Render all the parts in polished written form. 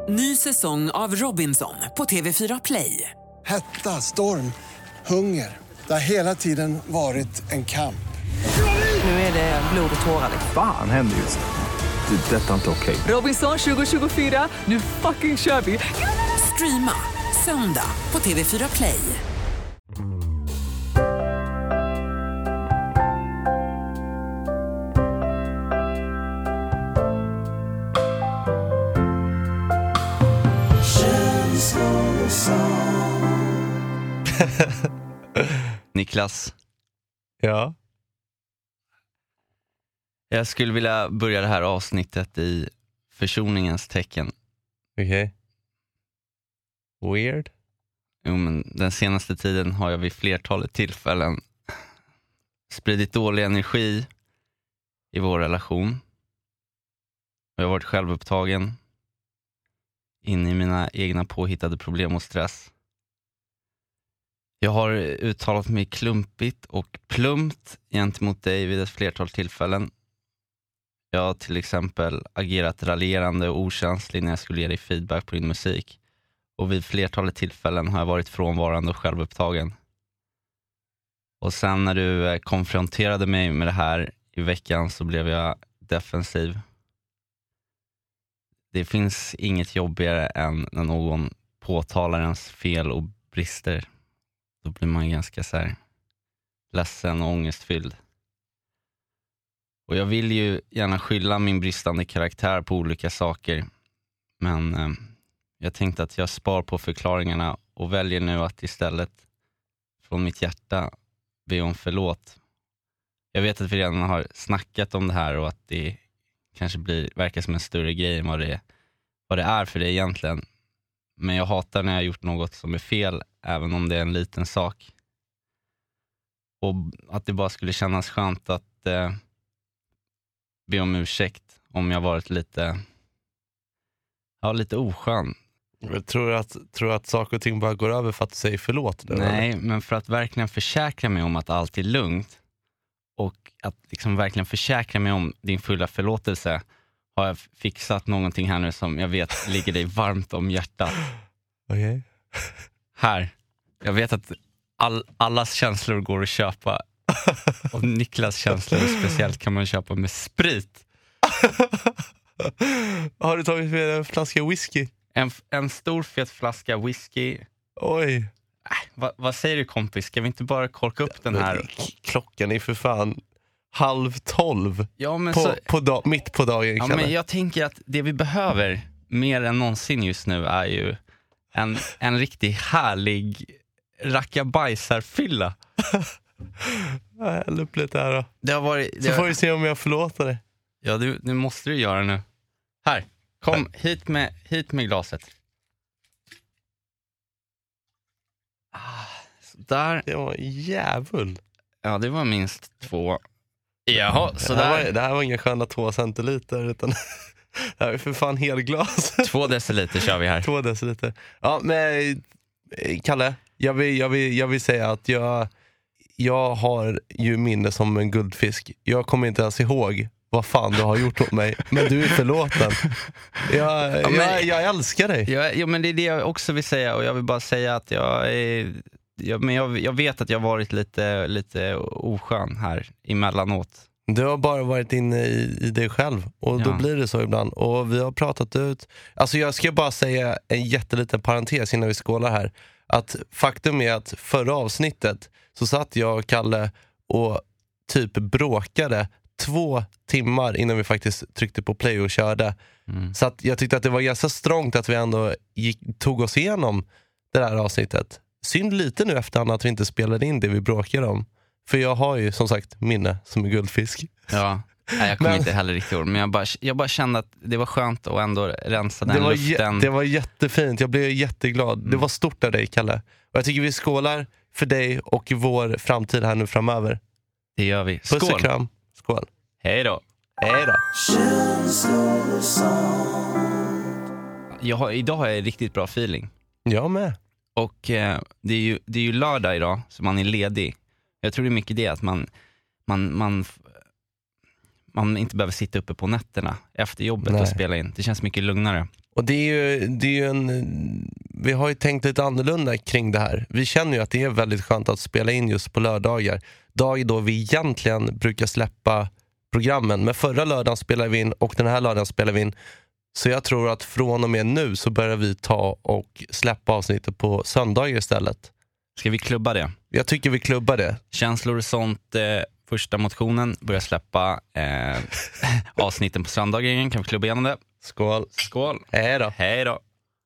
Ny säsong av Robinson på TV4 Play. Hetta, storm, hunger. Det har hela tiden varit en kamp. Nu är det blod och tårar. Fan händer just nu. Det. Detta är inte okej. Robinson 2024, nu fucking kör vi. Streama söndag på TV4 Play. Niklas. Ja. Jag skulle vilja börja det här avsnittet i försoningens tecken. Okej. Weird. Jo, men den senaste tiden har jag vid flertalet tillfällen spridit dålig energi i vår relation. Jag har varit självupptagen, inne i mina egna påhittade problem och stress. Jag har uttalat mig klumpigt och plumpt gentemot dig vid ett flertal tillfällen. Jag har till exempel agerat raljerande och okänslig när jag skulle ge dig feedback på din musik. Och vid flertalet tillfällen har jag varit frånvarande och självupptagen. Och sen när du konfronterade mig med det här i veckan så blev jag defensiv. Det finns inget jobbigare än när någon påtalar ens fel och brister. Då blir man ganska så här ledsen och ångestfylld. Och jag vill ju gärna skylla min bristande karaktär på olika saker. Men jag tänkte att jag spar på förklaringarna och väljer nu att istället från mitt hjärta be om förlåt. Jag vet att vi redan har snackat om det här och att det kanske verkar som en större grej än vad det är för det egentligen. Men jag hatar när jag har gjort något som är fel, även om det är en liten sak. Och att det bara skulle kännas skönt att be om ursäkt om jag varit lite oskön. Jag tror att saker och ting bara går över för att du säger förlåt. Då, Nej, eller? Men för att verkligen försäkra mig om att allt är lugnt och att liksom verkligen försäkra mig om din fulla förlåtelse har jag fixat någonting här nu som jag vet ligger dig varmt om hjärtat. Okej. Här. Jag vet att allas känslor går att köpa. Och Niklas känslor speciellt kan man köpa med sprit. Har du tagit med en flaska whisky? En stor fet flaska whisky. Oj. Vad säger du, kompis? Ska vi inte bara korka upp den här? Klockan är för fan 11:30. Ja, men mitt på dagen. Ja, men jag tänker att det vi behöver mer än någonsin just nu är ju en riktigt härlig rackabajsarfylla. Jag häller upp lite här då. Så får vi se om jag förlåter dig. Ja, nu måste du göra nu. Här, kom hit med glaset. Där. Det var jävul. Ja, det var minst 2. Jaha, så där. Det här var inga sköna 2 centiliter utan det här är för fan helglas. 2 deciliter kör vi här. 2 deciliter. Ja, men Kalle, jag vill säga att jag har ju minne som en guldfisk. Jag kommer inte ens ihåg vad fan du har gjort åt mig. Men du är förlåten. Jag älskar dig. Ja, men det är det jag också vill säga. Och jag vill bara säga att jag vet att jag har varit lite oskön här emellanåt. Du har bara varit inne i dig själv. Och då blir det så ibland. Och vi har pratat ut. Alltså jag ska bara säga en jätteliten parentes innan vi skålar här. Att faktum är att förra avsnittet så satt jag och Kalle och typ bråkade 2 timmar innan vi faktiskt tryckte på play och körde. Så att jag tyckte att det var ganska strångt att vi ändå tog oss igenom det där avsnittet. Synd lite nu efterhand att vi inte spelade in det vi bråkade om. För jag har ju som sagt minne som en guldfisk. Ja, nej, jag kommer inte heller riktigt ihåg. Men jag bara kände att det var skönt att ändå rensa den luften. Det var jättefint, jag blev jätteglad. Det var stort av dig, Kalle. Och jag tycker vi skålar för dig och vår framtid här nu framöver. Det gör vi. Skål. Puss och kram. Skål. Hej då. Hej då. Idag har jag riktigt bra feeling. Jag med. Och det är ju lördag idag, så man är ledig. Jag tror det är mycket det att man inte behöver sitta uppe på nätterna efter jobbet och spela in. Det känns mycket lugnare. Och det är ju vi har ju tänkt lite annorlunda kring det här. Vi känner ju att det är väldigt skönt att spela in just på lördagar. Dag då vi egentligen brukar släppa programmen. Men förra lördagen spelade vi in och den här lördagen spelar vi in. Så jag tror att från och med nu så börjar vi ta och släppa avsnittet på söndagar istället. Ska vi klubba det? Jag tycker vi klubbar det. Känslor och sånt, första motionen börjar släppa avsnitten på söndagar igen. Kan vi klubba igenom det? Skål. Skål. Hej då. Hej då.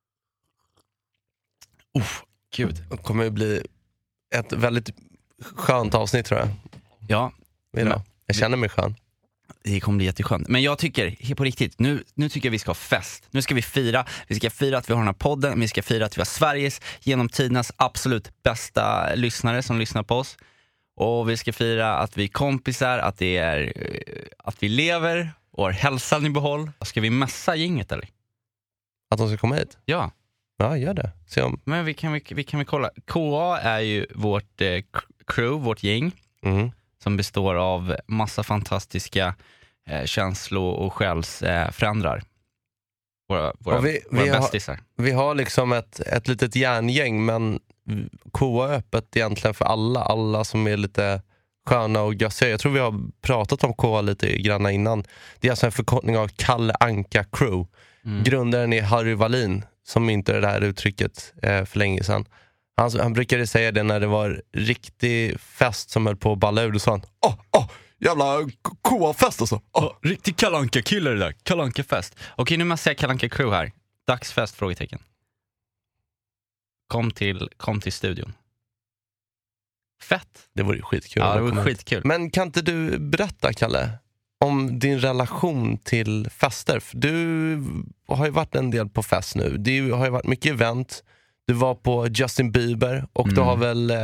Gud. Det kommer att bli ett väldigt skönt avsnitt tror jag. Ja. Jag känner mig skön. Det kommer bli jätteskönt. Men jag tycker, på riktigt, nu tycker jag vi ska ha fest. Nu ska vi fira. Vi ska fira att vi har den här podden. Vi ska fira att vi har Sveriges genom tidernas absolut bästa lyssnare som lyssnar på oss. Och vi ska fira att vi är kompisar, att vi lever och har hälsan i behåll. Ska vi mässa gänget eller? Att de ska komma hit? Ja. Ja, gör det. Se om. Men vi kan kolla. KA är ju vårt crew, vårt gäng. Som består av massa fantastiska känslor och själsförändrar. Våra bästisar. Vi har liksom ett litet järngäng, men KA är öppet egentligen för alla som är lite sköna och gössiga. Jag tror vi har pratat om KA lite grann innan. Det är alltså en förkortning av Kalle Anka Crew. Grundaren är Harry Wallin, som inte är det här uttrycket för länge sedan. Han brukade säga det när det var riktig fest som höll på att balla ur. Då sa han, jävla KA-fest alltså. Riktig Kalle Anka-kille det där. Kalle Anka-fest. Okej, nu måste jag Kalle Anka Crew här. Dagsfest, frågetecken. Kom till studion. Fett. Det vore skitkul. Ja, det vore skitkul. Men kan inte du berätta, Kalle, om din relation till fester? För du har ju varit en del på fest nu. Det har ju varit mycket event. Du var på Justin Bieber och du har väl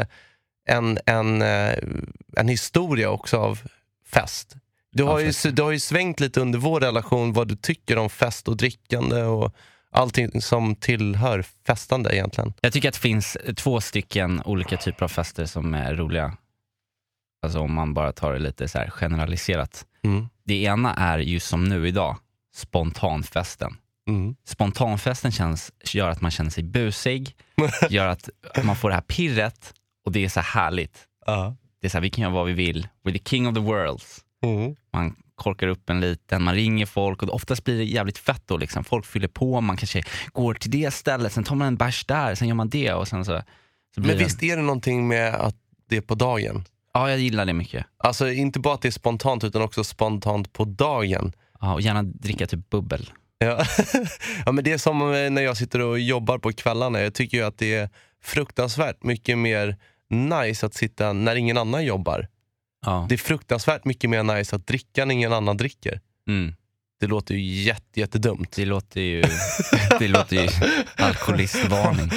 en historia också av fest. Du har ju svängt lite under vår relation vad du tycker om fest och drickande och allting som tillhör festande egentligen. Jag tycker att det finns 2 stycken olika typer av fester som är roliga. Alltså om man bara tar det lite så här generaliserat. Det ena är ju som nu idag, spontanfesten. Spontanfesten gör att man känner sig busig, gör att man får det här pirret och det är så härligt. Det är så här, vi kan göra vad vi vill. We're the king of the worlds. Man korkar upp en liten, man ringer folk och oftast blir det jävligt fett då liksom. Folk fyller på, man kanske går till det stället, sen tar man en bärs där, sen gör man det och sen så blir Men visst är det någonting med att det är på dagen? Ja, jag gillar det mycket. Alltså inte bara att det är spontant utan också spontant på dagen. Ja, och gärna dricka typ bubbel. Ja. Ja, men det är som när jag sitter och jobbar på kvällarna. Jag tycker ju att det är fruktansvärt mycket mer nice att sitta när ingen annan jobbar. Ja. Det är fruktansvärt mycket mer nice att dricka när ingen annan dricker. Det låter ju jättedumt. Det låter ju alkoholistvarning.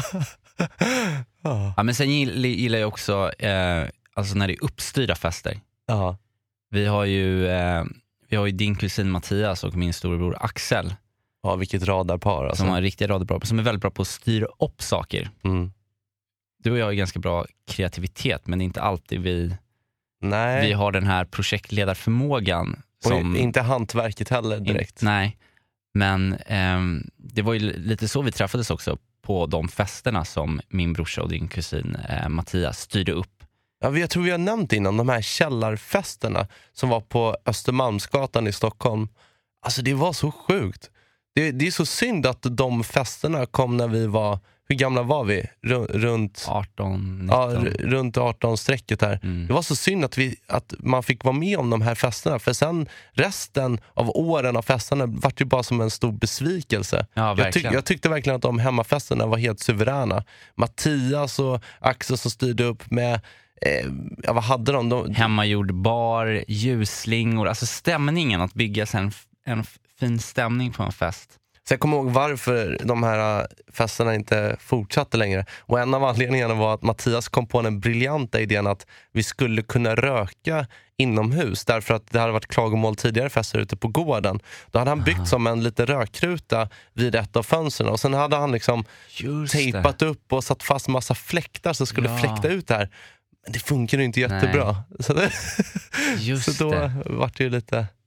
Ja, men sen gillar jag också alltså när det är uppstyrda fester. Vi har ju din kusin Mattias och min storebror Axel. Ja, vilket radarpar alltså. Som har riktiga radarpar, som är väldigt bra på att styra upp saker. Du och jag har ganska bra kreativitet, men det är inte alltid vi har den här projektledarförmågan. Och inte hantverket heller direkt. Nej, men det var ju lite så vi träffades också på de festerna som min brorsa och din kusin Mattias styrde upp. Ja, jag tror vi har nämnt innan de här källarfesterna som var på Östermalmsgatan i Stockholm. Alltså det var så sjukt. Det är så synd att de festerna kom när vi var, hur gamla var vi? Runt 18, 19. Ja, runt 18-strecket här. Det var så synd att man fick vara med om de här festerna. För sen resten av åren av festerna var ju bara som en stor besvikelse. Ja, jag tyckte verkligen att de hemmafesterna var helt suveräna. Mattias och Axel som styrde upp med vad hade de? Hemmagjord bar, ljusslingor, alltså stämningen, att bygga sen en fin stämning på en fest. Så jag kommer ihåg varför de här festerna inte fortsatte längre. Och en av anledningarna var att Mattias kom på den briljanta idén att vi skulle kunna röka inomhus. Därför att det hade varit klagomål tidigare fester ute på gården. Då hade han byggt som en liten rökruta vid ett av fönstren. Och sen hade han liksom tejpat upp och satt fast massa fläktar som skulle fläkta ut det här. Men det funkar ju inte jättebra. Så då var det ju lite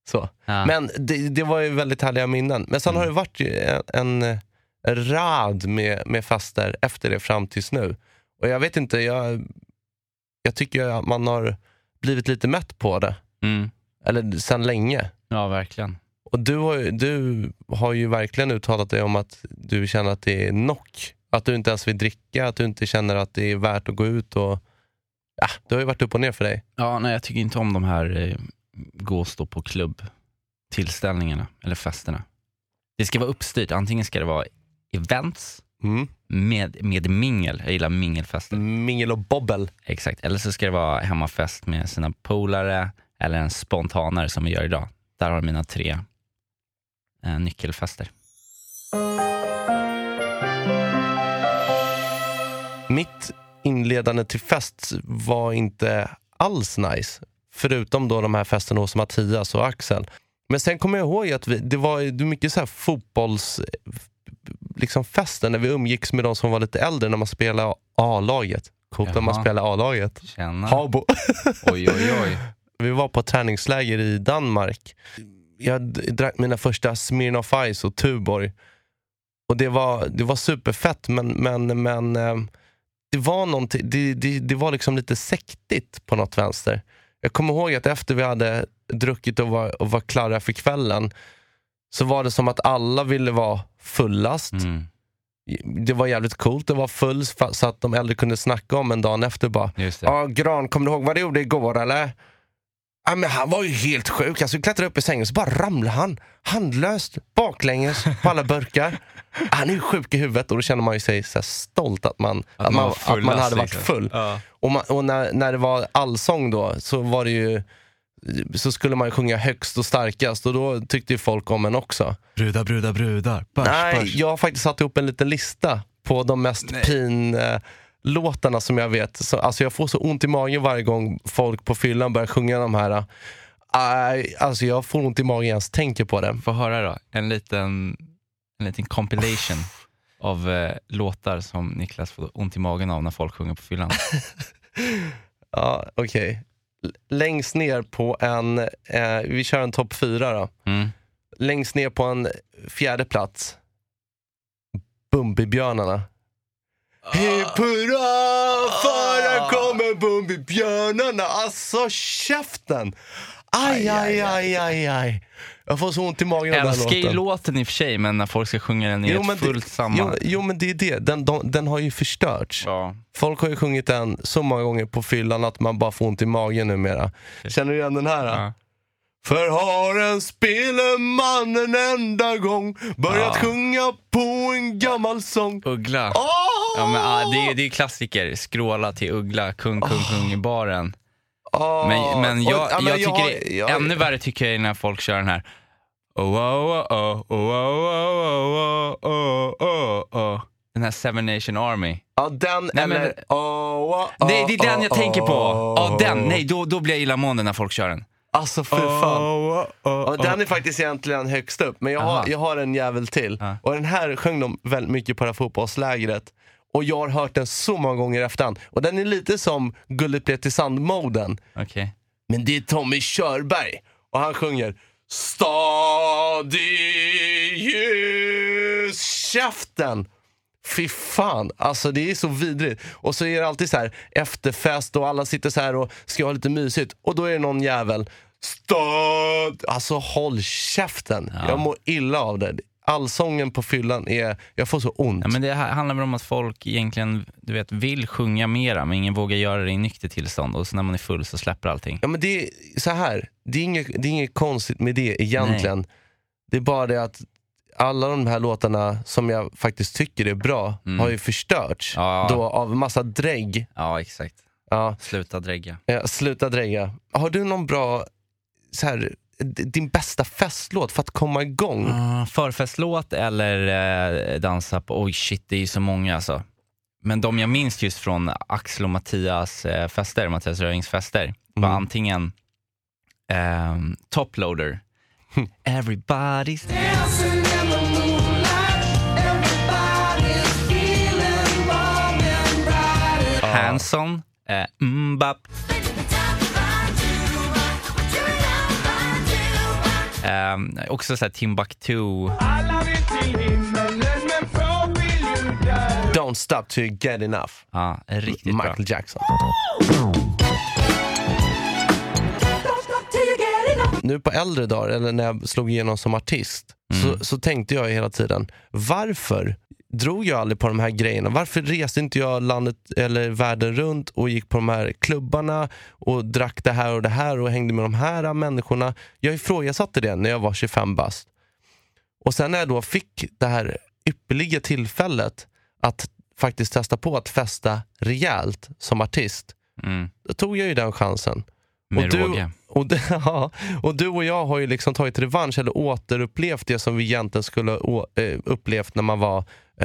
Så. Men det var ju väldigt härliga minnen. Men sen har det varit en rad med fester efter det fram tills nu. Och jag vet inte, jag tycker att man har blivit lite mätt på det. Eller sen länge. Ja, verkligen. Och du har ju verkligen uttalat dig om att du känner att det är nock. Att du inte ens vill dricka, att du inte känner att det är värt att gå ut. Och det har ju varit upp och ner för dig. Ja, nej, jag tycker inte om de här gå och stå på klubbtillställningarna eller festerna. Det ska vara uppstyrt. Antingen ska det vara events med mingel. Jag gillar mingelfester. Mingel och bobbel. Exakt. Eller så ska det vara hemmafest med sina polare eller en spontanare som vi gör idag. Där har mina 3 nyckelfester. Mitt inledande till fest var inte alls nice. Förutom då de här festerna hos Mattias och Axel. Men sen kommer jag ihåg att det var mycket så här fotbolls liksom fester när vi umgicks med de som var lite äldre när man spelade A-laget. Coolt när man spelar A-laget. Tjena. Habo. Oj. Vi var på träningsläger i Danmark. Jag drack mina första Smirnoff Ice och Tuborg. Och det var superfett, men det var någonting, det var liksom lite sektigt på något vänster. Jag kommer ihåg att efter vi hade druckit och var klara för kvällen så var det som att alla ville vara fullast. Det var jävligt coolt, det var full så att de äldre kunde snacka om en dag efter bara, Gran, kommer du ihåg vad du gjorde igår eller? Ja, men han var ju helt sjuk. Alltså, vi klättrade upp i sängen så bara ramlade han handlöst baklänges på alla burkar. Han är ju sjuk i huvudet och då känner man ju sig så här stolt att man hade varit full. Ja. Och när det var allsång då så var det ju, så skulle man ju sjunga högst och starkast och då tyckte ju folk om en också. Brudar. Nej, jag har faktiskt satt ihop en liten lista på de mest låtarna som jag vet. Så, alltså jag får så ont i magen varje gång folk på fyllan börjar sjunga de här. Alltså jag får ont i magen ens tänker på det. Få höra då, en liten compilation av låtar som Niklas får ont i magen av när folk sjunger på fyllan. Ja, okej. Längst ner på en vi kör en topp 4 då. Längst ner på en 4:e plats Bumbibjörnarna. Hipp hurra, för kommer Bumbibjörnarna. Alltså käften. Aj. Jag får så ont i magen av den låten. Älskar ju låten i och för sig, men när folk ska sjunga den i ett fullt samma. Jo, men det är det. Den har ju förstörts. Ja. Folk har ju sjungit den så många gånger på fyllan att man bara får ont i magen numera. Känner du igen den här? Ja. För har en speleman en enda gång börjat sjunga på en gammal sång. Uggla. Ja, men, det är klassiker. Skråla till Uggla, kung i baren. Men jag tycker ännu värre tycker jag när folk kör den här. Den här Seven Nation Army. Ja, den nej, eller nej, det är den jag tänker på. Ja, den. Nej, då blir jag illamående när folk kör den. Alltså för fan. Och den är faktiskt egentligen högst upp. Men jag har en jävel till. Och den här sjöng de väldigt mycket på det här fotbollslägret. Och jag har hört den så många gånger efterhand. Och den är lite som Gulligt blev till sand-moden. Okay. Men det är Tommy Körberg. Och han sjunger stadig ljuskäften. Fy fan, alltså det är så vidrigt. Och så är det alltid så här efterfest och alla sitter så här och ska ha lite mysigt. Och då är det någon jävel alltså håll käften. Jag mår illa av det. Allsången på fyllan jag får så ont. Ja, men det handlar väl om att folk egentligen, du vet, vill sjunga mera, men ingen vågar göra det i nykter tillstånd. Och så när man är full så släpper allting. Ja, men det är så här. Det är inget konstigt med det egentligen. Nej. Det är bara det att alla de här låtarna som jag faktiskt tycker är bra har ju förstörts då av massa drägg. Ja, exakt. Ja. Sluta drägga. Har du någon bra så här, din bästa festlåt för att komma igång? Förfestlåt eller dansa på... Oj shit, det är ju så många alltså. Men de jag minns just från Axel och Mattias fester, Mattias Röings fester, var antingen Toploader. Everybody's dancing in the moonlight. Everybody's feeling warm and bright. Hanson, Mbap. Också så här Timbuktu. Don't stop till you get enough. Ja, riktigt Michael bra. Jackson. Nu på äldre dagar, eller när jag slog igenom som artist, så tänkte jag hela tiden, varför drog jag aldrig på de här grejerna? Varför reste inte jag landet eller världen runt och gick på de här klubbarna och drack det här och hängde med de här människorna? Jag ifrågasatte det när jag var 25 bast. Och sen när jag då fick det här ypperliga tillfället att faktiskt testa på att festa rejält som artist, då tog jag ju den chansen. Och du och jag har ju liksom tagit revansch eller återupplevt det som vi egentligen skulle upplevt när man var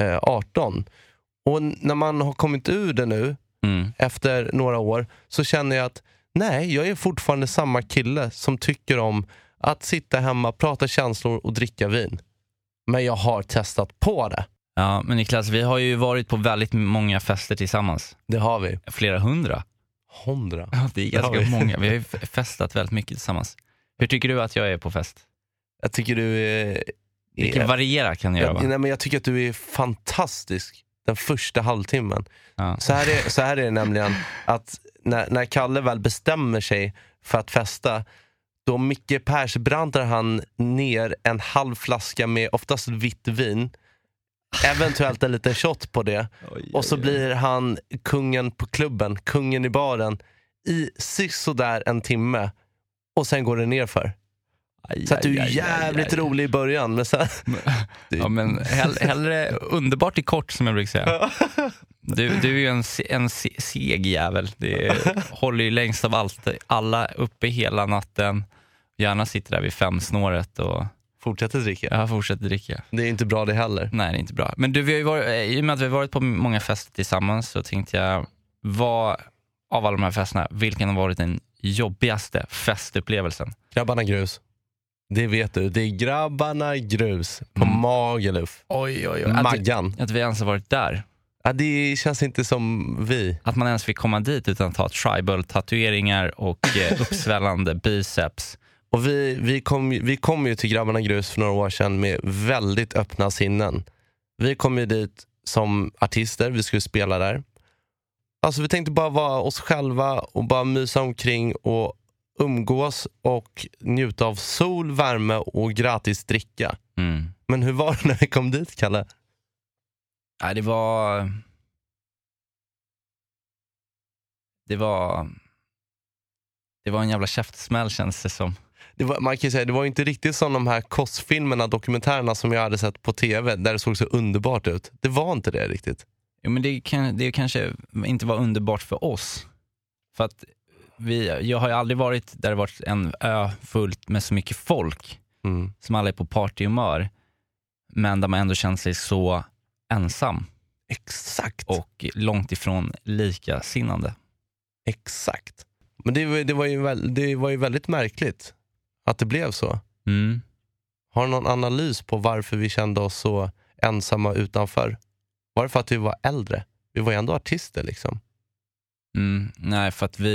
18. Och när man har kommit ur det nu efter några år, så känner jag att nej, jag är fortfarande samma kille som tycker om att sitta hemma, prata känslor och dricka vin. Men jag har testat på det. Ja, men Niklas, vi har ju varit på väldigt många fester tillsammans. Det har vi. Flera 100. 100? Ja, det är ganska många. Vi har ju festat väldigt mycket tillsammans. Hur tycker du att jag är på fest? Jag tycker du är... Vilken variera kan jag göra, va? Nej, men jag tycker att du är fantastisk den första halvtimmen. Ja. Så här är det nämligen att när Kalle väl bestämmer sig för att festa, då Micke Persbrandt han ner en halv flaska med oftast vitt vin, eventuellt en liten shot på det. Och så blir han kungen på klubben, kungen i baren i sådär en timme, och sen går det ner för. Så att du är jävligt rolig i början, men sen... Ja, men hellre underbart i kort, som jag brukar säga. Du är ju en seg jävel. Det håller ju längst av allt. Alla uppe hela natten. Gärna sitter där vid 5-snåret och... Fortsätter dricka. Ja, fortsätter dricka. Det är inte bra det heller. Nej, det är inte bra. Men du, vi har ju varit, i och med att vi har varit på många fester tillsammans, så tänkte jag, vad av alla de här festerna, vilken har varit den jobbigaste festupplevelsen? Grabbarna Grus. Det vet du. Det är Grabbarna Grus på Magaluf. Oj. Maggan. Att vi ens har varit där. Ja, det känns inte som vi. Att man ens fick komma dit utan att ha tribal-tatueringar och uppsvällande biceps. Och vi kom ju till Grabbarna Grus för några år sedan med väldigt öppna sinnen. Vi kom ju dit som artister, vi skulle spela där. Alltså vi tänkte bara vara oss själva och bara mysa omkring och umgås och njuta av sol, värme och gratis dricka. Men hur var det när vi kom dit, Kalle? Nej, det var en jävla käftsmäll, känns det som. Man kan ju säga, det var inte riktigt som de här kostfilmerna, dokumentärerna som jag hade sett på tv, där det såg så underbart ut. Det var inte det riktigt. Ja, men det kanske inte var underbart för oss. För att jag har ju aldrig varit där det varit en ö fullt med så mycket folk. Som alla är på partyhumör. Men där man ändå känner sig så ensam. Exakt. Och långt ifrån likasinnande. Exakt. Men det var ju väldigt märkligt att det blev så. Har du någon analys på varför vi kände oss så ensamma utanför? Var det för att vi var äldre? Vi var ju ändå artister liksom. Nej, för att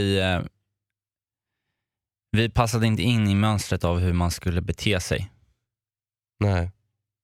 vi passade inte in i mönstret av hur man skulle bete sig. Nej.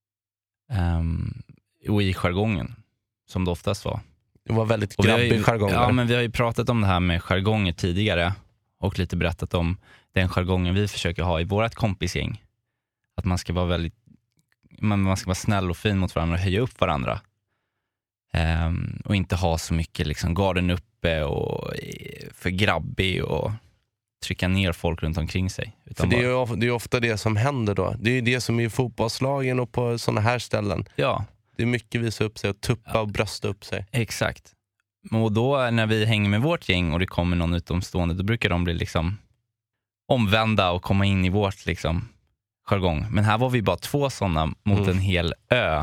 Och i jargongen, som det oftast var. Det var väldigt grabbig jargong. Ja, men vi har ju pratat om det här med jargonger tidigare och lite berättat om den jargongen vi försöker ha i vårt kompisgäng. Att man ska vara man ska vara snäll och fin mot varandra och höja upp varandra. Och inte ha så mycket liksom garden uppe och för grabbig och trycka ner folk runt omkring sig. Utan för det är ofta det som händer då. Det är ju det som är i fotbollslagen och på sådana här ställen. Ja. Det är mycket visa upp sig och tuppa och brösta upp sig. Exakt. Och då när vi hänger med vårt gäng och det kommer någon utomstående, då brukar de bli liksom omvända och komma in i vårt liksom jargong. Men här var vi bara 2 sådana mot en hel ö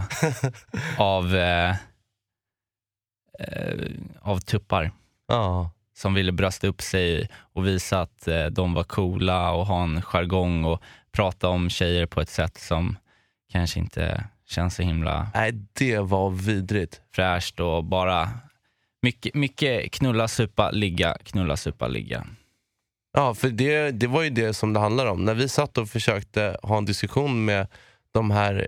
av tuppar. Ja. Som ville brösta upp sig och visa att de var coola och ha en jargong och prata om tjejer på ett sätt som kanske inte känns så himla... Nej, det var vidrigt. Fräscht och bara mycket knulla, supa, ligga, knulla, supa, ligga. Ja, för det var ju det som det handlar om. När vi satt och försökte ha en diskussion med de här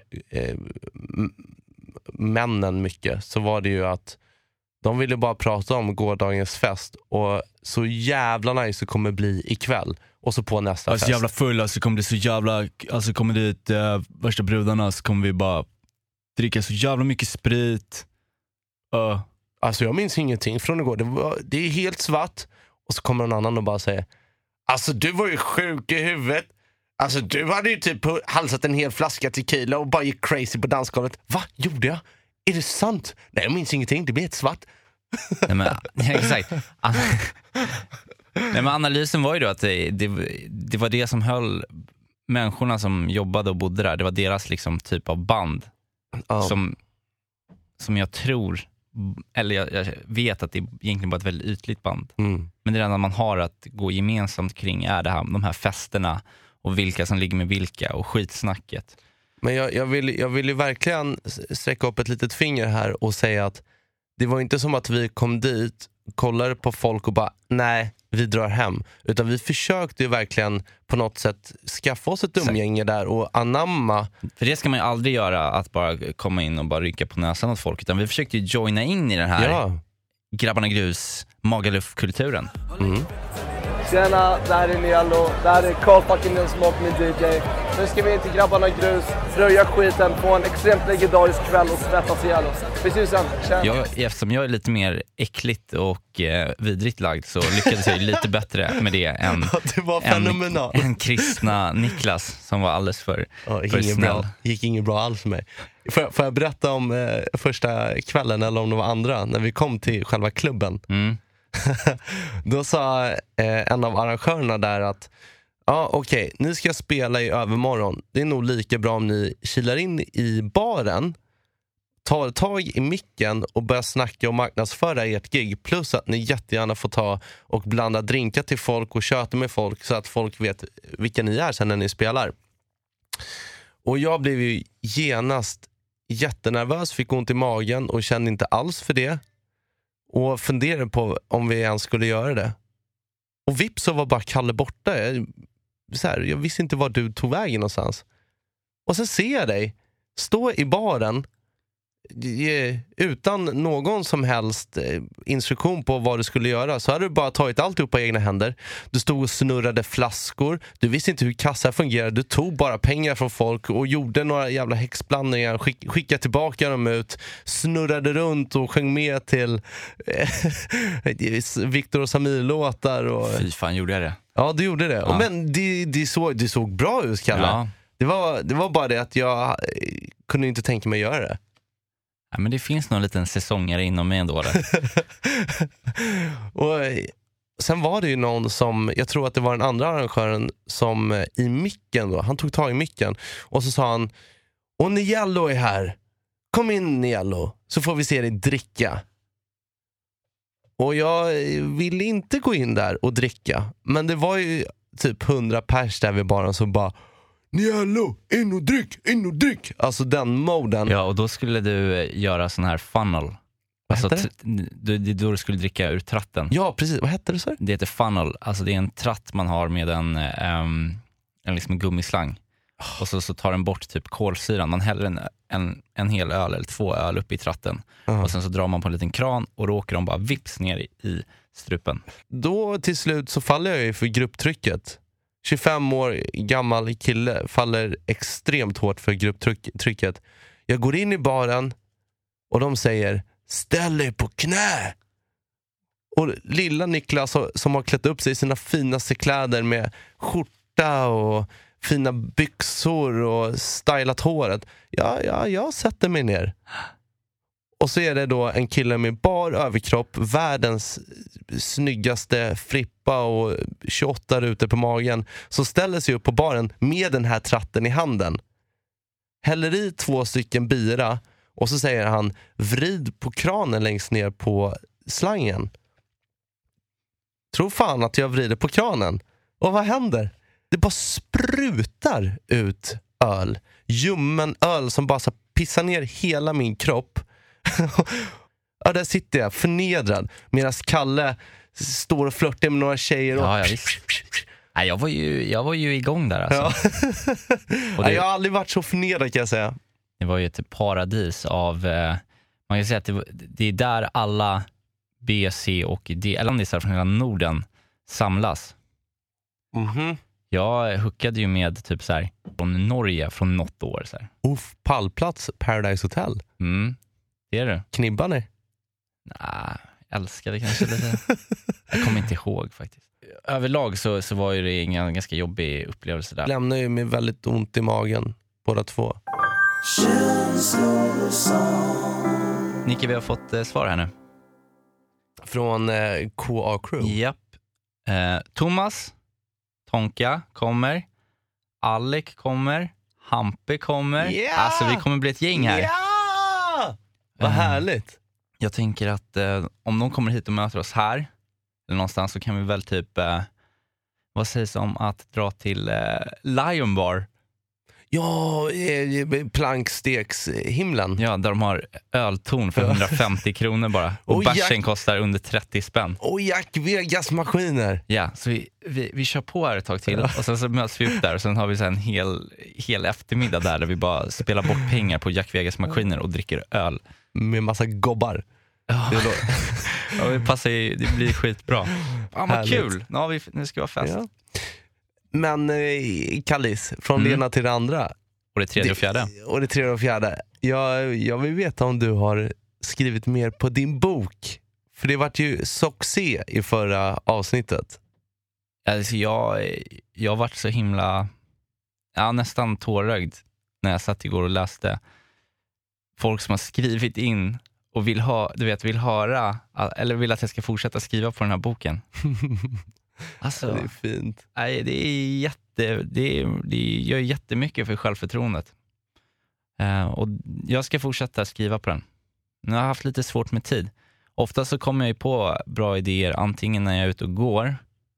männen mycket, så var det ju att de ville bara prata om gårdagens fest och så jävla nice det kommer bli ikväll. Och så på nästa fest. Så jävla fulla, så kommer det så jävla... Alltså kommer dit värsta brudarna, så kommer vi bara dricka så jävla mycket sprit. Alltså jag minns ingenting från igår. Det är helt svart. Och så kommer en annan och bara säger: alltså du var ju sjuk i huvudet. Alltså du hade ju typ halsat en hel flaska tequila och bara gick crazy på dansgolvet. Va? Gjorde jag? Är det sant? Nej, jag minns ingenting. Det blir helt svart. Nej, men, exakt. Nej, men analysen var ju då att det var det som höll människorna som jobbade och bodde där. Det var deras liksom typ av band som jag tror, eller jag vet att det egentligen var ett väldigt ytligt band. Men det enda man har att gå gemensamt kring är de här festerna och vilka som ligger med vilka och skitsnacket. Men jag vill ju verkligen sträcka upp ett litet finger här och säga att det var inte som att vi kom dit, kollade på folk och bara nej, vi drar hem. Utan vi försökte ju verkligen på något sätt skaffa oss ett umgänge där och anamma. För det ska man ju aldrig göra, att bara komma in och bara rycka på näsan åt folk. Utan vi försökte ju joina in i den här grabbarna grus Magaluf-kulturen. Tjena, det här är Nialo, det här är Carl fucking Nilsmoke med DJ. Nu ska vi in till grabbarna grus, röja skiten, få en extremt legendarisk kväll och svettas ihjäl oss. Vi syns sen, tjena. Eftersom jag är lite mer äckligt och vidrigt lagd, så lyckades jag lite bättre med det än det var en kristna Niklas som var alldeles för snäll. Det gick inget bra alls för mig. Får jag berätta om första kvällen, eller om det var andra, när vi kom till själva klubben? Då sa en av arrangörerna där att okej, ni ska spela i övermorgon. Det är nog lika bra om ni kilar in i baren, tar tag i micken och börjar snacka och marknadsföra ert gig. Plus att ni jättegärna får ta och blanda drinkar till folk och köta med folk, så att folk vet vilka ni är sen när ni spelar. Och jag blev ju genast jättenervös, fick ont i magen och kände inte alls för det. Och funderade på om vi ens skulle göra det. Och vips så var bara Kalle borta. Jag visste inte var du tog vägen någonstans. Och sen ser jag dig stå i baren utan någon som helst instruktion på vad du skulle göra. Så hade du bara tagit allt upp på egna händer. Du stod och snurrade flaskor. Du visste inte hur kassa fungerade. Du tog bara pengar från folk och gjorde några jävla häxblandningar. Skickade tillbaka dem ut. Snurrade runt och sjöng med till Viktor och Samir-låtar. Och... Fy fan, gjorde jag det? Ja, du gjorde det. Ja. Men det såg bra ut, Kalle. Ja. Det var bara det att jag kunde inte tänka mig att göra det. Ja, men det finns någon liten säsongare inom mig ändå. Och sen var det ju någon som, jag tror att det var den andra arrangören, som i micken då, han tog tag i micken och så sa han: och Nialo är här, kom in Nialo, så får vi se dig dricka. Och jag ville inte gå in där och dricka, men det var ju typ 100 pers där vid baren som bara: Nialo, in och dryck. Alltså den moden. Ja, och då skulle du göra sån här funnel. Alltså då du skulle dricka ur tratten. Ja, precis. Vad hette det så? Det heter funnel. Alltså det är en tratt man har med en liksom en gummislang. Och så tar den bort typ kolsyran. Man häller en hel öl eller 2 öl upp i tratten. Och sen så drar man på en liten kran och då åker de bara vips ner i strupen. Då till slut så faller jag ju för grupptrycket. 25 år gammal kille faller extremt hårt för grupptrycket. Jag går in i baren och de säger: ställ dig på knä. Och lilla Niklas som har klätt upp sig i sina finaste kläder med skjorta och fina byxor och stylat håret. Jag sätter mig ner. Och så är det då en kille med bar överkropp, världens snyggaste frippa och 28 rutor på magen, som ställer sig upp på baren med den här tratten i handen. Häller i 2 stycken bira och så säger han: vrid på kranen längst ner på slangen. Tror fan att jag vrider på kranen. Och vad händer? Det bara sprutar ut öl. Ljummen öl som bara så pissar ner hela min kropp. Ja, där sitter jag förnedrad medan Kalle står och flörtar med några tjejer. Och... Ja, visst. Nej, jag var ju igång där alltså. Ja. Och jag har aldrig varit så förnedrad kan jag säga. Det var ju ett paradis av... man kan säga att det är där alla B, C och D-landisar från hela Norden samlas. Mhm. Jag hookade ju med typ så här från Norge från något år så här. Pallplats, Paradise Hotel. Det är det. Knibbar ni? Nej, älskade kanske lite. Jag kommer inte ihåg faktiskt. Överlag så var ju det en ganska jobbig upplevelse där. Lämnar ju med väldigt ont i magen, båda två. Nicke, vi har fått svar här nu. Från KA Crew. Japp. Thomas, Tonka kommer. Alec kommer. Hampe kommer. Yeah! Alltså vi kommer bli ett gäng här. Ja! Vad härligt. Jag tänker att om de kommer hit och möter oss här eller någonstans så kan vi väl typ vad sägs om att dra till Lion Bar? Ja, planksteks-himlen. Ja, där de har ölton för 150 kronor bara. Och bärsen kostar under 30 spänn. Och Jack Vegas-maskiner. Ja, så vi kör på här ett tag till. Och sen så möts vi upp där. Och sen har vi så en hel eftermiddag där vi bara spelar bort pengar på Jack Vegas-maskiner och dricker öl. Med massa gobbar. Ja, det passar ju, det blir skitbra. Ja, vad kul. Nu ska vi ha fest. Ja. Men Kallis, från det ena till det andra. Och det tredje och fjärde. Och det tredje och fjärde. Jag vill veta om du har skrivit mer på din bok. För det vart ju succé i förra avsnittet. Alltså jag varit så himla nästan tårögd när jag satt igår och läste folk som har skrivit in och vill höra eller vill att jag ska fortsätta skriva på den här boken. Alltså, det är fint. Nej, det gör jättemycket för självförtroendet. Och jag ska fortsätta skriva på den. Nu har jag haft lite svårt med tid. Ofta så kommer jag ju på bra idéer antingen när jag är ute och går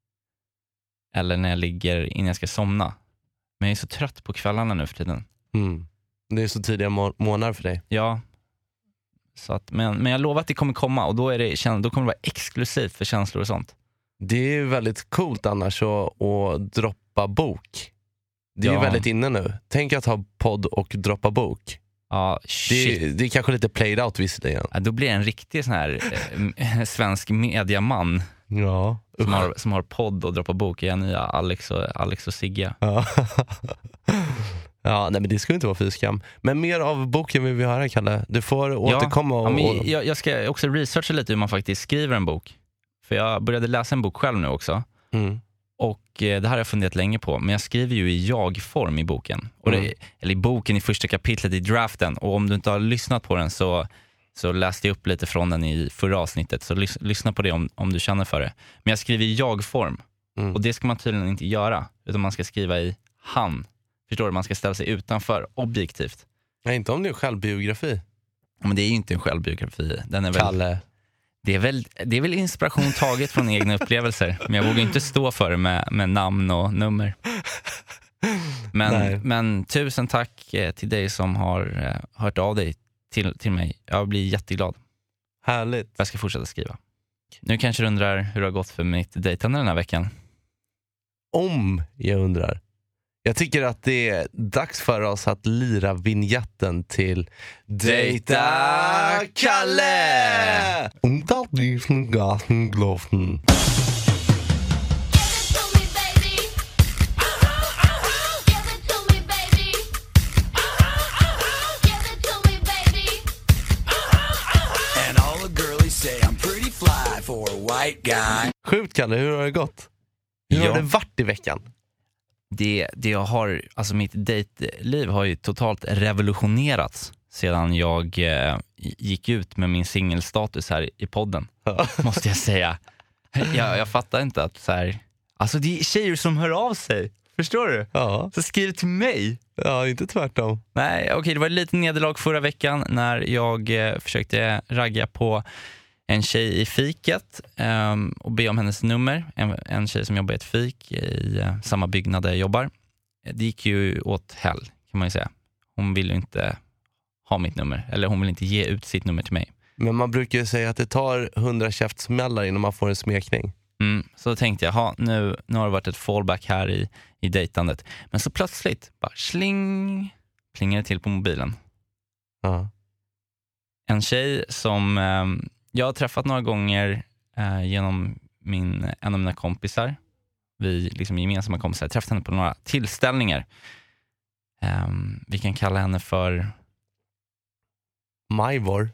eller när jag ligger innan jag ska somna. Men jag är så trött på kvällarna nu för tiden. Det är så tidiga månader för dig. Ja. Så att, men jag lovar att det kommer komma och då kommer det vara exklusivt för känslor och sånt. Det är väldigt coolt annars att droppa bok. Det är ju väldigt inne nu. Tänk att ha podd och droppa bok. Ja, det är kanske lite played out visserligen. Ja, då blir det en riktig sån här svensk mediaman. Ja. Som har podd och droppar bok. Jag är nya Alex och Sigge. Ja. Ja, nej, men det ska inte vara fyskam. Men mer av boken vill vi höra, Kalle. Du får återkomma. Jag ska också researcha lite hur man faktiskt skriver en bok. För jag började läsa en bok själv nu också. Och det här har jag funderat länge på. Men jag skriver ju i jag-form i boken. Eller i boken i första kapitlet i draften. Och om du inte har lyssnat på den så läste jag upp lite från den i förra avsnittet. Så lyssna på det om du känner för det. Men jag skriver i jag-form. Och det ska man tydligen inte göra. Utan man ska skriva i han. Förstår du? Man ska ställa sig utanför objektivt. Nej, inte om det är en självbiografi. Men det är ju inte en självbiografi. Den är Kalle. Det är väl inspiration taget från egna upplevelser. Men jag vågar inte stå för det med namn och nummer. Men tusen tack till dig som har hört av dig till mig. Jag blir jätteglad. Härligt. Jag ska fortsätta skriva. Nu kanske du undrar hur det har gått för mitt dejtande den här veckan. Om jag undrar. Jag tycker att det är dags för oss att lira vignetten till Dejta Kalle! Sjukt, Kalle, hur har det gått? Hur har det varit i veckan? Det jag har, alltså mitt dejtliv har ju totalt revolutionerats sedan jag gick ut med min singelstatus här i podden. Måste jag säga. Jag fattar inte att så här, alltså det är tjejer som hör av sig. Förstår du? Ja. Så skriv till mig. Ja, inte tvärtom. Nej, okej, det var lite nederlag förra veckan när jag försökte ragga på en tjej i fiket och be om hennes nummer. En tjej som jobbar i ett fik i samma byggnad där jag jobbar. Det gick ju åt hell, kan man ju säga. Hon vill ju inte ha mitt nummer. Eller hon vill inte ge ut sitt nummer till mig. Men man brukar ju säga att det tar 100 käftsmällar innan man får en smekning. Så tänkte jag, nu har det varit ett fallback här i dejtandet. Men så plötsligt, bara sling, plingar det till på mobilen. Ja. En tjej som jag har träffat några gånger genom en av mina kompisar. Vi liksom gemensamma kompisar. Jag träffade henne på några tillställningar. Vi kan kalla henne för Majvor.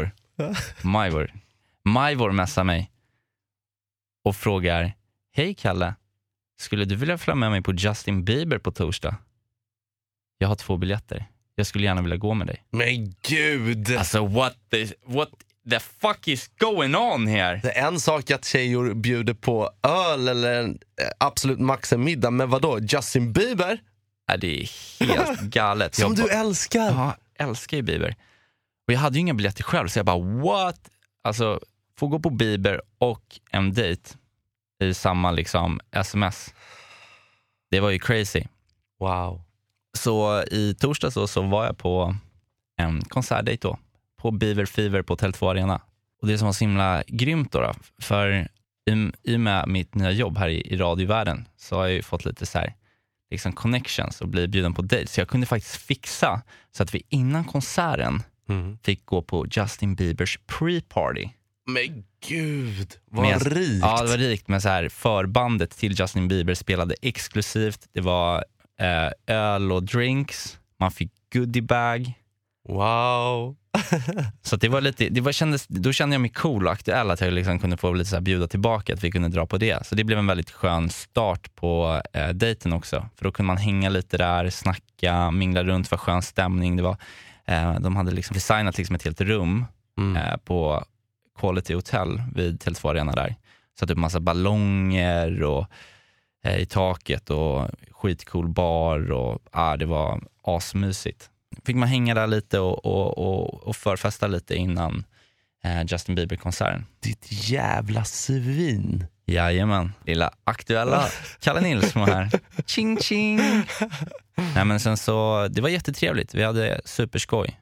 Majvor messar mig och frågar: hej Kalle, skulle du vilja följa med mig på Justin Bieber på torsdag? Jag har 2 biljetter. Jag skulle gärna vilja gå med dig. Men gud! Alltså what the fuck is going on here? Det är en sak att tjejer bjuder på öl eller en absolut max en middag, men vadå? Justin Bieber? Det är helt galet. Som du älskar. Ja, älskar ju Bieber. Och jag hade ju inga biljetter själv, så jag bara what? Alltså, få gå på Bieber och en dejt i samma liksom sms. Det var ju crazy. Wow. Så i torsdag så var jag på en konsertdejt då. På Beaver Fever på Tele2 Arena. Och det som var så himla grymt då, för i och med mitt nya jobb här i radiovärlden så har jag ju fått lite så här liksom connections och blivit bjuden på dejt. Så jag kunde faktiskt fixa så att vi innan konserten fick gå på Justin Biebers pre-party. Men gud, vad rikt. Ja, det var rikt med så här förbandet till Justin Bieber spelade exklusivt. Det var öl och drinks. Man fick goodiebag. Wow. Så det var lite, då kände jag mig cool och aktuell att jag liksom kunde få lite så här bjuda tillbaka, att vi kunde dra på det. Så det blev en väldigt skön start på dejten också. För då kunde man hänga lite där, snacka, mingla runt, för skön stämning. Det var, de hade liksom designat liksom ett helt rum på Quality Hotel vid Tele2 Arena där. Så att det var massa ballonger och i taket och skitcool bar och det var asmysigt. Fick man hänga där lite och förfesta lite innan Justin Bieber-konserten. Ditt jävla svin. Jajamän, lilla aktuella Kalle Nilsson här. Ching ching. Nej, men sen så, det var jättetrevligt. Vi hade superskoj.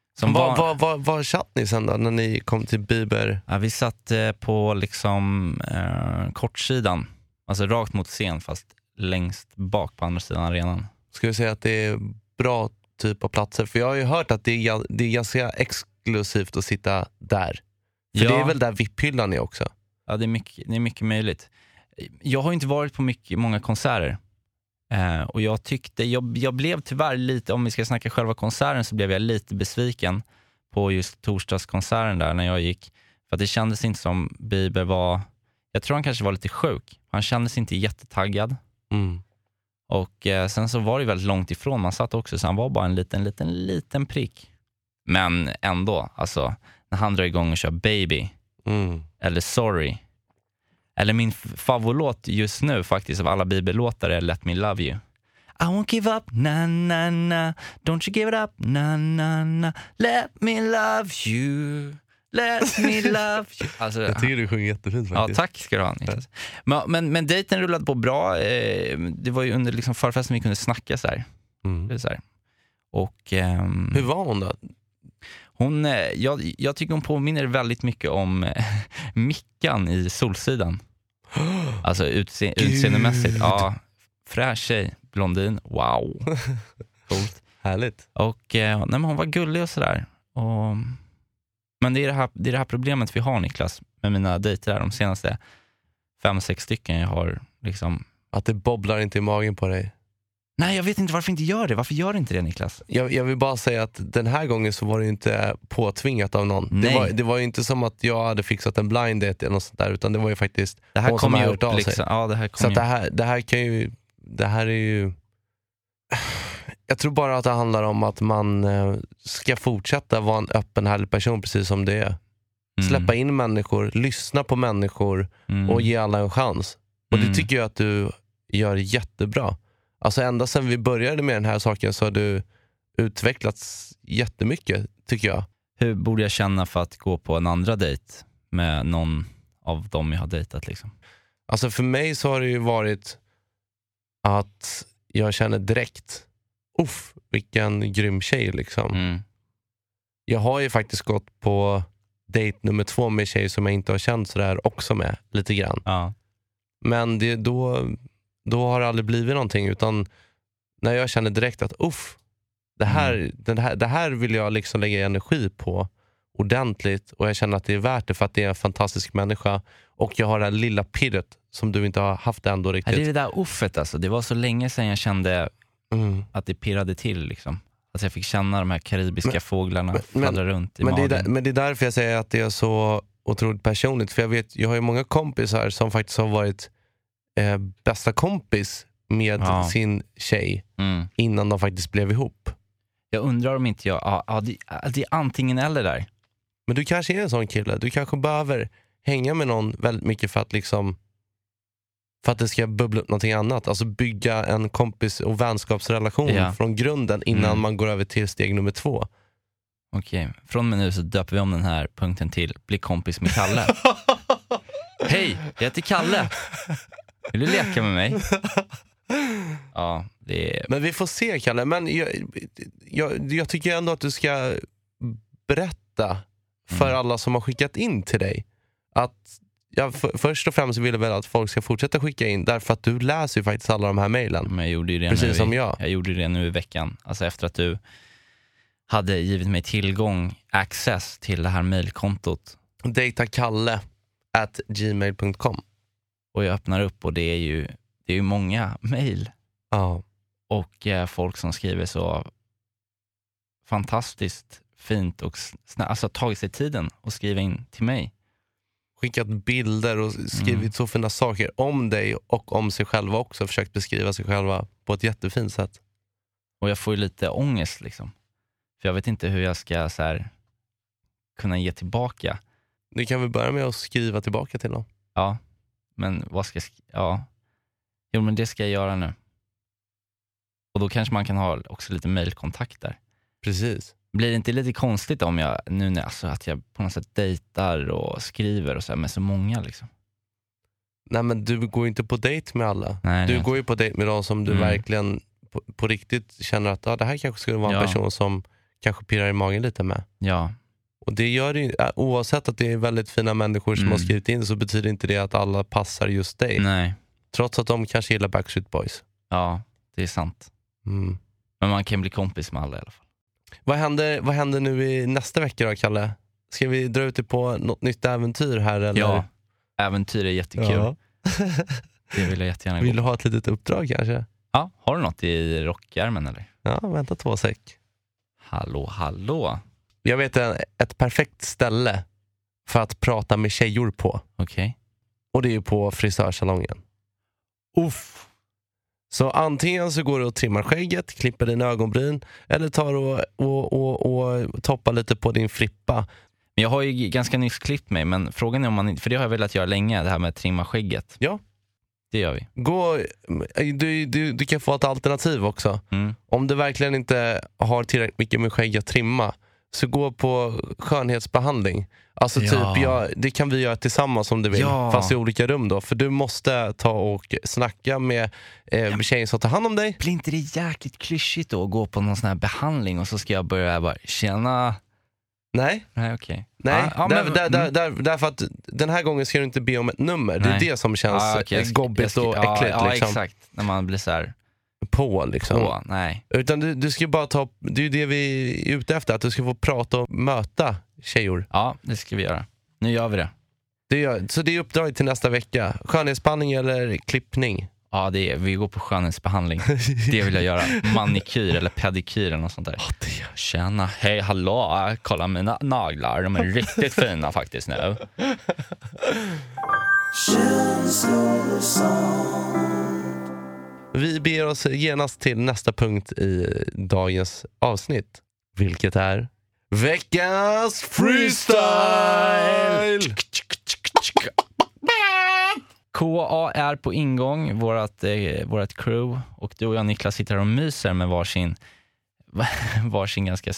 Vad satt ni sen då när ni kom till Bieber? Ja, vi satt på liksom kortsidan. Alltså rakt mot scen, fast längst bak på andra sidan arenan. Ska vi säga att det är bra typ av platser? För jag har ju hört att det är ganska exklusivt att sitta där. För det är väl där VIP-hyllan är också. Ja, det är mycket möjligt. Jag har inte varit på många konserter. Och jag tyckte, jag blev tyvärr lite, om vi ska snacka själva konserten, så blev jag lite besviken på just torsdagskonserten där när jag gick. För att det kändes inte som Bieber var, jag tror han kanske var lite sjuk. Han kändes inte jättetaggad. Och sen så var det väldigt långt ifrån. Man satt också, så han var bara en liten prick. Men ändå, alltså när han drar igång och kör Baby eller Sorry, eller min favoritlåt just nu faktiskt av alla Bieber-låtar är Let Me Love You. I won't give up, na na na. Don't you give it up, na na na. Let me love you. Let me love you. Alltså, jag tycker du sjunger jättefint faktiskt. Ja, tack ska du ha, Niklas. Men dejten rullade på bra. Det var ju under liksom förfesten vi kunde snacka så här. Så här. Och hur var hon då? Jag tycker hon påminner väldigt mycket om Mickan i Solsidan. Alltså utseendemässigt. Ja, fräsch tjej, blondin. Wow. Coolt. Härligt. Och men hon var gullig och sådär. Men det är det här problemet vi har, Niklas, med mina dejter här de senaste 5-6 stycken jag har liksom. Att det bobblar inte i magen på dig. Nej, jag vet inte varför inte gör det. Varför gör det inte det, Niklas? Jag vill bara säga att den här gången så var det inte påtvingat av någon. Det var ju inte som att jag hade fixat en blind date eller något sånt där, utan det var ju faktiskt det här kommer ju upp liksom. Ja, det här så att det här är ju jag tror bara att det handlar om att man ska fortsätta vara en öppen, härlig person precis som det är. Släppa in människor, lyssna på människor och ge alla en chans. Och det tycker jag att du gör jättebra. Alltså ända sedan vi började med den här saken så har du utvecklats jättemycket, tycker jag. Hur borde jag känna för att gå på en andra dejt med någon av dem jag har dejtat liksom? Alltså för mig så har det ju varit att jag känner direkt, vilken grym tjej liksom. Jag har ju faktiskt gått på date nummer 2 med tjej som jag inte har känt sådär också med lite grann. Ja. Men då har det aldrig blivit någonting, utan när jag känner direkt att det här vill jag liksom lägga energi på ordentligt, och jag känner att det är värt det för att det är en fantastisk människa, och jag har det här lilla pirret som du inte har haft ändå riktigt. Det är det där uffet alltså. Det var så länge sedan jag kände att det pirrade till liksom. Alltså jag fick känna de här karibiska fåglarna falla runt i magen. Men det är därför jag säger att det är så otroligt personligt. För jag har ju många kompisar som faktiskt har varit bästa kompis med sin tjej innan de faktiskt blev ihop. Jag undrar om inte det är antingen eller där. Men du kanske är en sån kille. Du kanske behöver hänga med någon väldigt mycket för att det ska bubbla upp någonting annat. Alltså bygga en kompis- och vänskapsrelation från grunden innan man går över till steg nummer 2. Okej, från och med nu så döper vi om den här punkten till bli kompis med Kalle. Hej, jag heter Kalle. Vill du leka med mig? Ja, det är... Men vi får se, Kalle. Men jag tycker ändå att du ska berätta för alla som har skickat in till dig att först och främst vill jag väl att folk ska fortsätta skicka in, därför att du läser ju faktiskt alla de här mejlen. Men jag gjorde det precis som jag. Jag gjorde det nu i veckan. Alltså efter att du hade givit mig access till det här mejlkontot. datakalle@gmail.com. Och jag öppnar upp och det är ju många mejl. Ja. Och folk som skriver så fantastiskt fint och alltså tagit sig tiden och skriva in till mig. Skickat bilder och skrivit så fina saker om dig och om sig själva också. Försökt beskriva sig själva på ett jättefint sätt. Och jag får ju lite ångest liksom. För jag vet inte hur jag ska så här, kunna ge tillbaka. Du kan väl börja med att skriva tillbaka till dem. Ja, men vad ska jag... Jo, men det ska jag göra nu. Och då kanske man kan ha också lite mejlkontakt där. Precis. Blir det inte lite konstigt om jag nu alltså, att jag på något sätt dejtar och skriver och så här med så många liksom? Nej, men du går ju inte på dejt med alla. Nej, du går ju på dejt med dem som du verkligen på riktigt känner att det här kanske skulle vara en person som kanske pirrar i magen lite med. Ja. Och det gör det ju, oavsett att det är väldigt fina människor som har skrivit in, så betyder inte det att alla passar just dig. Nej. Trots att de kanske gillar Backstreet Boys. Ja, det är sant. Men man kan bli kompis med alla i alla fall. Vad händer nu i nästa vecka då, Kalle? Ska vi dra ut på något nytt äventyr här? Eller? Ja, äventyr är jättekul. Ja. Det vill jag jättegärna gå. Vill du ha ett litet uppdrag kanske? Ja, har du något i rockärmen eller? Ja, vänta 2 sek. Hallå. Jag vet ett perfekt ställe för att prata med tjejor på. Okej. Och det är ju på frisörsalongen. Uff. Så antingen så går du och trimmar skägget, klipper din ögonbryn, eller tar och toppar lite på din frippa. Men jag har ju ganska nyss klippt mig, men frågan är om man inte, för det har jag velat göra länge, det här med att trimma skägget. Ja. Det gör vi. Du kan få ett alternativ också. Om du verkligen inte har tillräckligt mycket med skägg att trimma, så gå på skönhetsbehandling. Alltså det kan vi göra tillsammans om du vill, fast i olika rum då. För du måste ta och snacka med tjejen som tar hand om dig. Blir inte det jäkligt klyschigt då att gå på någon sån här behandling och så ska jag börja bara tjena? Nej, okej. Nej, därför att den här gången ska du inte be om ett nummer. Nej. Det är det som känns gobbigt och äckligt. Ja, liksom. exakt. När man blir så här på liksom. Nej. Utan du ska bara ta, det är ju det vi är ute efter, att du ska få prata och möta tjejor. Ja, det ska vi göra. Nu gör vi det. Så det är uppdraget till nästa vecka. Skönhetsbehandling eller klippning? Ja, vi går på skönhetsbehandling. Det vill jag göra. Manikyr eller pedikyr eller något sånt där. Tjena, hej, hallå. Kolla mina naglar. De är riktigt fina faktiskt nu. Vi ber oss genast till nästa punkt i dagens avsnitt. Vilket är veckans freestyle! KA är på ingång, vårat crew, och du och jag, Niklas, sitter här och myser med varsin ganska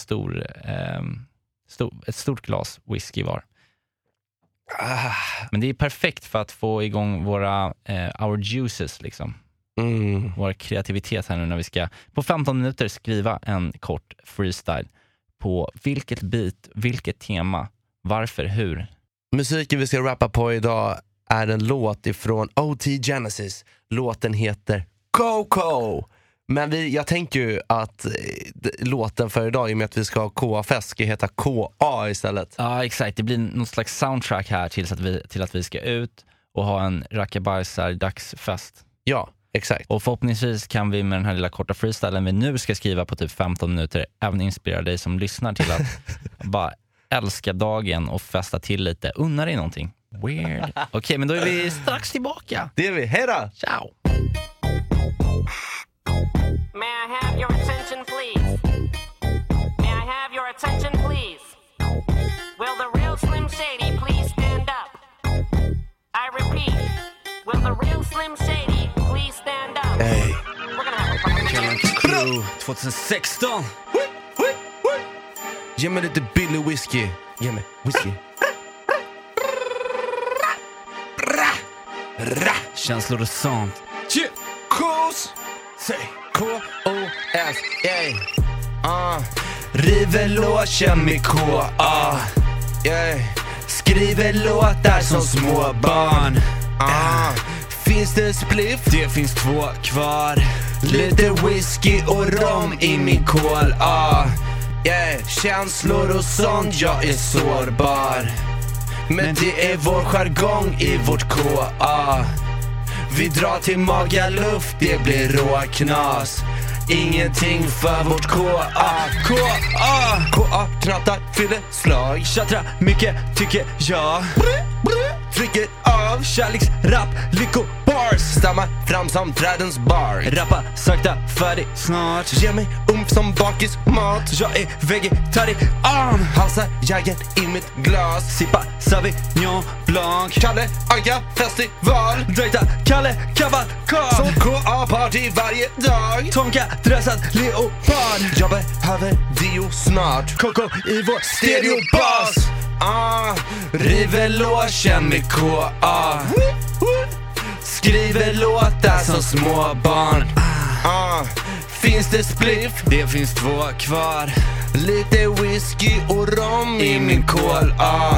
ett stort glas whisky var. Men det är perfekt för att få igång our juices liksom. Vår kreativitet här nu när vi ska på 15 minuter skriva en kort freestyle på vilket beat, vilket tema Varför? Hur? Musiken vi ska rappa på idag är en låt ifrån O.T. Genesis. Låten heter Coco. Men jag tänker ju att låten för idag, i och med att vi ska ha KA-fest, ska heta KA istället. Ja, exakt. Det blir någon slags soundtrack här till att vi ska ut och ha en rackabajsar-dagsfest. Ja, exakt. Och förhoppningsvis kan vi med den här lilla korta freestylen vi nu ska skriva på typ 15 minuter även inspirera dig som lyssnar till att bara älska dagen och festa till lite. Unna dig någonting. Weird. Okej, men då är vi strax tillbaka. Det är vi. Hej då! Ciao! May I have your attention, please? May I have your attention, please? Will the real Slim Shady please stand up? I repeat, will the real Slim Shady please stand up? Hey. We're gonna have a fucking Crew 2016. Ge mig lite billig whisky. Ge mig whisky. Känslor och sånt. Kos. Säg K-O-S. River låsen med K-A. Skriver låtar som små barn. Finns det spliff? Det finns 2 kvar. Lite whisky och rom i min kål. Känslor och sånt, jag är sårbar. Men det är vår jargong i vårt K-A. Vi drar till Magaluf, det blir råknas. Ingenting för vårt K-A. K-A. K-A, knattar, fyller slag. Tjattra mycket tycker jag. Trycker av Kärleksrap, lyckobars. Stammar fram som trädens bar. Rappa sakta, färdig snart. Ge mig som bakis mat. Jag är vegetarian. Halsar jäger i mitt glas. Sippa Sauvignon Blanc. Kalle Anka festival. Dejta Kalle Kavalkad. Som K-A-party varje dag. Tonka dressad leopard. Jag behöver dio snart. Coco i vår Stereobas. River låsen med K-A. Skriver låtar som små barn. Finns det spliff? Det finns 2 kvar. Lite whisky och rom i min kål.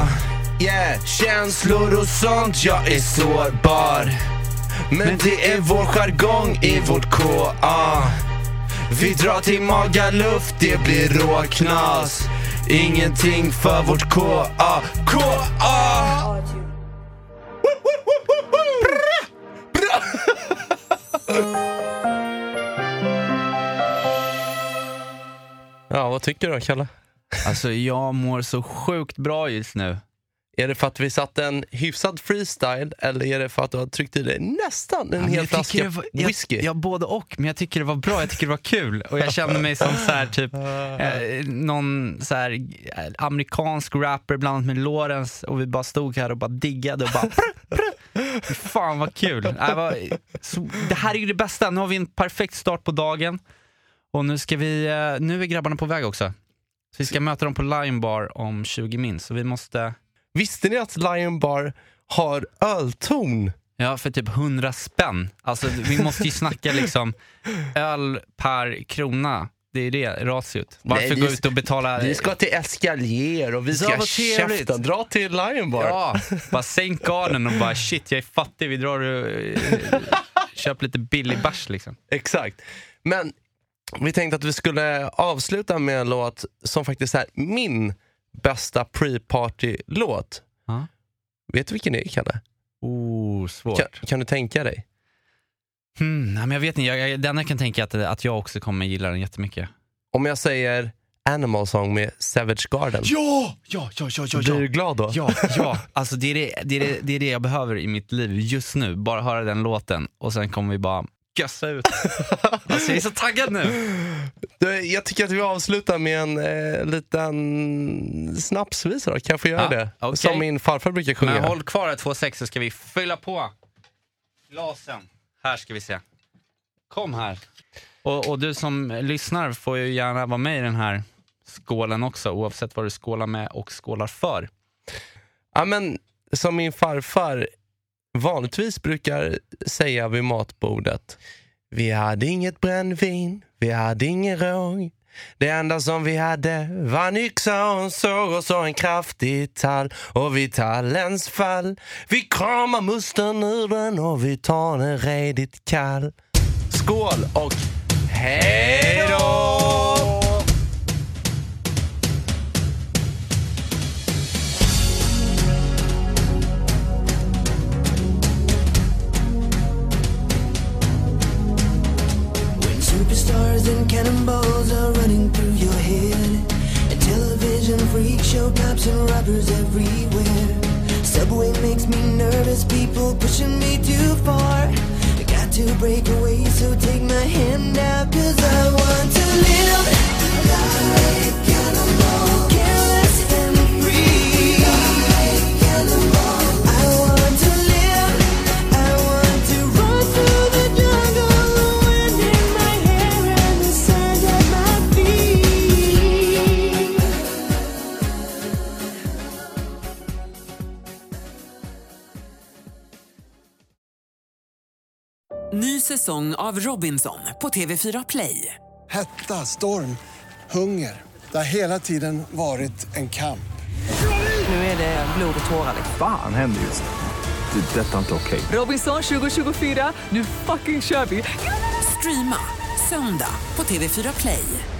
Känslor och sånt, jag är sårbar. Men det är vår jargong i vårt K-A. Vi drar till Magaluf, det blir råknas. Ingenting för vårt K-A. K-A. Ja, vad tycker du då, Kalle? Alltså jag mår så sjukt bra just nu. Är det för att vi satt en hyfsad freestyle, eller är det för att du har tryckt i dig nästan en hel flaska whisky? Jag både och, men jag tycker det var bra, jag tycker det var kul. Och jag kände mig som så här, typ någon så här amerikansk rapper blandat med Lawrence. Och vi bara stod här och bara diggade och bara fan vad kul. Det här är ju det bästa, nu har vi en perfekt start på dagen. Och nu är grabbarna på väg också. Så vi ska möta dem på Lion Bar om 20 min. Så vi måste... Visste ni att Lion Bar har ölton? Ja, för typ 100 spänn. Alltså vi måste ju snacka liksom öl per krona. Det är det ratiot. Varför gå ut och betala... Vi ska till Escalier och vi ska käfta. Dra till Lion Bar. Ja, bara sänk garden och bara shit, jag är fattig. Vi drar och köp lite billig bärs liksom. Exakt. Men vi tänkte att vi skulle avsluta med en låt som faktiskt är min bästa pre-party-låt. Vet du vilken det är, Kalle? Svårt. Kan du tänka dig? Nej, men jag vet inte. Den jag kan tänka att jag också kommer gilla den jättemycket. Om jag säger Animal Song med Savage Garden. Ja. Blir du glad då? Ja. Alltså det är det jag behöver i mitt liv just nu. Bara höra den låten och sen kommer vi bara gössa ut. Alltså jag är så taggad nu. Jag tycker att vi avslutar med en liten snapsvisa då. Kan jag få göra det? Okay. Som min farfar brukar sjunga. Men håll kvar 2-6 så ska vi fylla på glasen. Här ska vi se. Kom här. Och du som lyssnar får ju gärna vara med i den här skålen också. Oavsett vad du skålar med och skålar för. Ja, men som min farfar vanligtvis brukar säga vid matbordet. Vi hade inget brännvin, vi hade ingen råg. Det enda som vi hade var en yxa och en såg och så en kraftig tall. Och vid tallens fall vi kramar musten ur den och vi tar den redigt kall. Skål och hej då! Superstars and cannonballs are running through your head. And television freak show cops and robbers everywhere. Subway makes me nervous, people pushing me too far. I got to break away, so take my hand out, 'cause I want to live like a cannonball, careless and free. Like a cannonball. I want to live, I want to run through the jungle, the wind in my hair and the sand at my feet. Ny säsong av Robinson på TV4 Play. Hetta, storm, hunger. Det har hela tiden varit en kamp. Nu är det blod och tårar. Fan händer just nu. Det. Detta är inte okej. Robinson 2024, nu fucking kör vi. Streama söndag på TV4 Play.